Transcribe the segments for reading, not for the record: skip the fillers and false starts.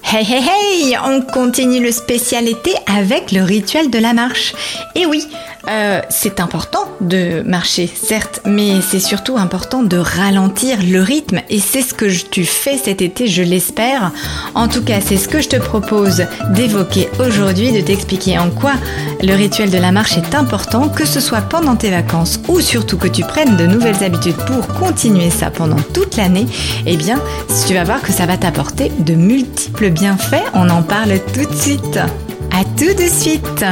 Hey hey hey, on continue le spécial été avec le rituel de la marche. Et oui, c'est important de marcher, certes, mais c'est surtout important de ralentir le rythme et c'est ce que tu fais cet été, je l'espère. En tout cas, c'est ce que je te propose d'évoquer aujourd'hui, de t'expliquer en quoi le rituel de la marche est important, que ce soit pendant tes vacances ou surtout que tu prennes de nouvelles habitudes pour continuer ça pendant toute l'année. Eh bien, tu vas voir que ça va t'apporter de multiples bienfaits. On en parle tout de suite. À tout de suite.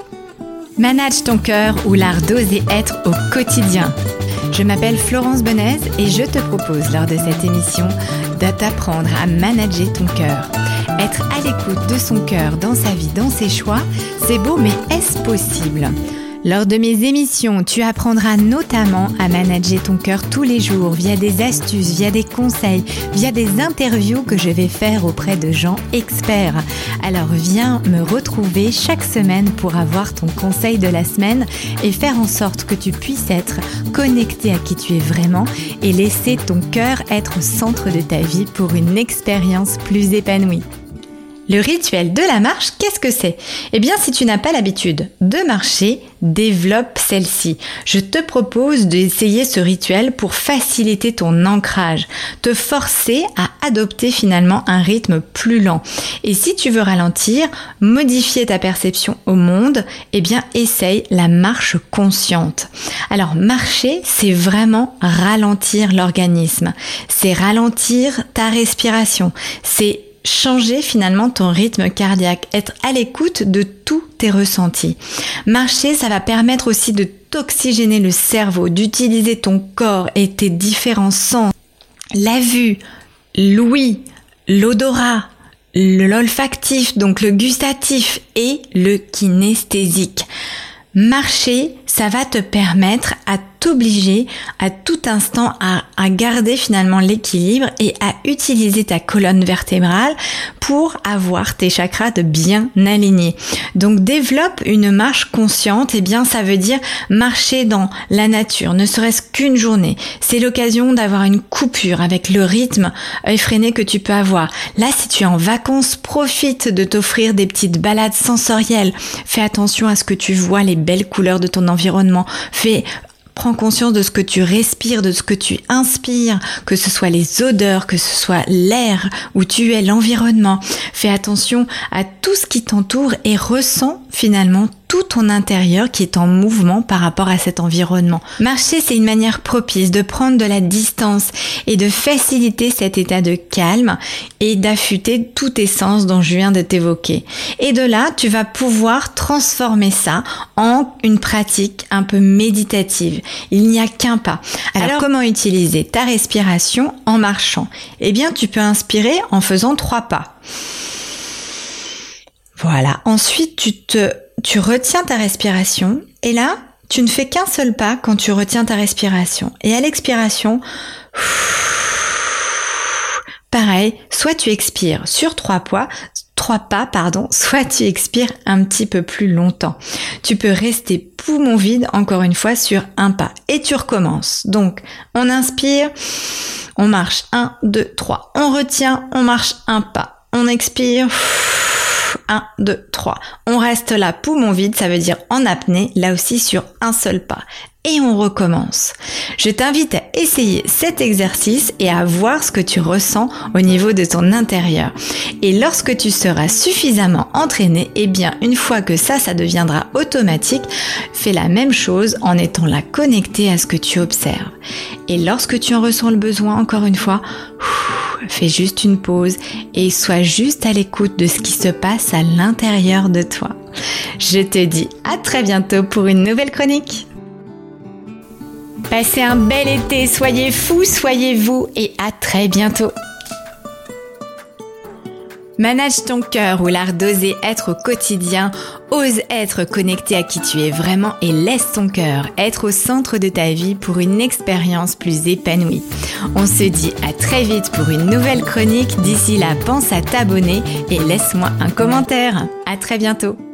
Manage ton cœur ou l'art d'oser être au quotidien. Je m'appelle Florence Benez et je te propose lors de cette émission de t'apprendre à manager ton cœur. Être à l'écoute de son cœur dans sa vie, dans ses choix, c'est beau, mais est-ce possible ? Lors de mes émissions, tu apprendras notamment à manager ton cœur tous les jours via des astuces, via des conseils, via des interviews que je vais faire auprès de gens experts. Alors viens me retrouver chaque semaine pour avoir ton conseil de la semaine et faire en sorte que tu puisses être connecté à qui tu es vraiment et laisser ton cœur être au centre de ta vie pour une expérience plus épanouie. Le rituel de la marche, qu'est-ce que c'est ? Eh bien, si tu n'as pas l'habitude de marcher, développe celle-ci. Je te propose d'essayer ce rituel pour faciliter ton ancrage, te forcer à adopter finalement un rythme plus lent. Et si tu veux ralentir, modifier ta perception au monde, eh bien, essaye la marche consciente. Alors, marcher, c'est vraiment ralentir l'organisme. C'est ralentir ta respiration. C'est changer finalement ton rythme cardiaque, être à l'écoute de tous tes ressentis. Marcher, ça va permettre aussi de t'oxygéner le cerveau, d'utiliser ton corps et tes différents sens. La vue, l'ouïe, l'odorat, l'olfactif, donc le gustatif et le kinesthésique. Marcher, ça va te permettre à t'obliger à tout instant à garder finalement l'équilibre et à utiliser ta colonne vertébrale pour avoir tes chakras de bien alignés. Donc développe une marche consciente, et bien ça veut dire marcher dans la nature, ne serait-ce qu'une journée. C'est l'occasion d'avoir une coupure avec le rythme effréné que tu peux avoir. Là, si tu es en vacances, profite de t'offrir des petites balades sensorielles. Fais attention à ce que tu vois, les belles couleurs de ton environnement. Prends conscience de ce que tu respires, de ce que tu inspires, que ce soit les odeurs, que ce soit l'air où tu es, l'environnement. Fais attention à tout ce qui t'entoure et ressens finalement tout ton intérieur qui est en mouvement par rapport à cet environnement. Marcher, c'est une manière propice de prendre de la distance et de faciliter cet état de calme et d'affûter tous tes sens dont je viens de t'évoquer. Et de là, tu vas pouvoir transformer ça en une pratique un peu méditative. Il n'y a qu'un pas. Alors comment utiliser ta respiration en marchant ? Eh bien, tu peux inspirer en faisant 3 pas. Voilà. Ensuite, tu retiens ta respiration et là, tu ne fais qu'un seul pas quand tu retiens ta respiration. Et à l'expiration, pareil, soit tu expires sur 3 pas, soit tu expires un petit peu plus longtemps. Tu peux rester poumon vide encore une fois sur un pas et tu recommences. Donc, on inspire, on marche 1, 2, 3. On retient, on marche un pas. On expire, 1, 2, 3. On reste là, poumon vide, ça veut dire en apnée, là aussi sur un seul pas. Et on recommence. Je t'invite à essayer cet exercice et à voir ce que tu ressens au niveau de ton intérieur. Et lorsque tu seras suffisamment entraîné, eh bien, une fois que ça deviendra automatique, fais la même chose en étant là connecté à ce que tu observes. Et lorsque tu en ressens le besoin, encore une fois, fais juste une pause et sois juste à l'écoute de ce qui se passe à l'intérieur de toi. Je te dis à très bientôt pour une nouvelle chronique. Passez un bel été, soyez fous, soyez vous et à très bientôt. Manage ton cœur ou l'art d'oser être au quotidien, ose être connecté à qui tu es vraiment et laisse ton cœur être au centre de ta vie pour une expérience plus épanouie. On se dit à très vite pour une nouvelle chronique. D'ici là, pense à t'abonner et laisse-moi un commentaire. À très bientôt.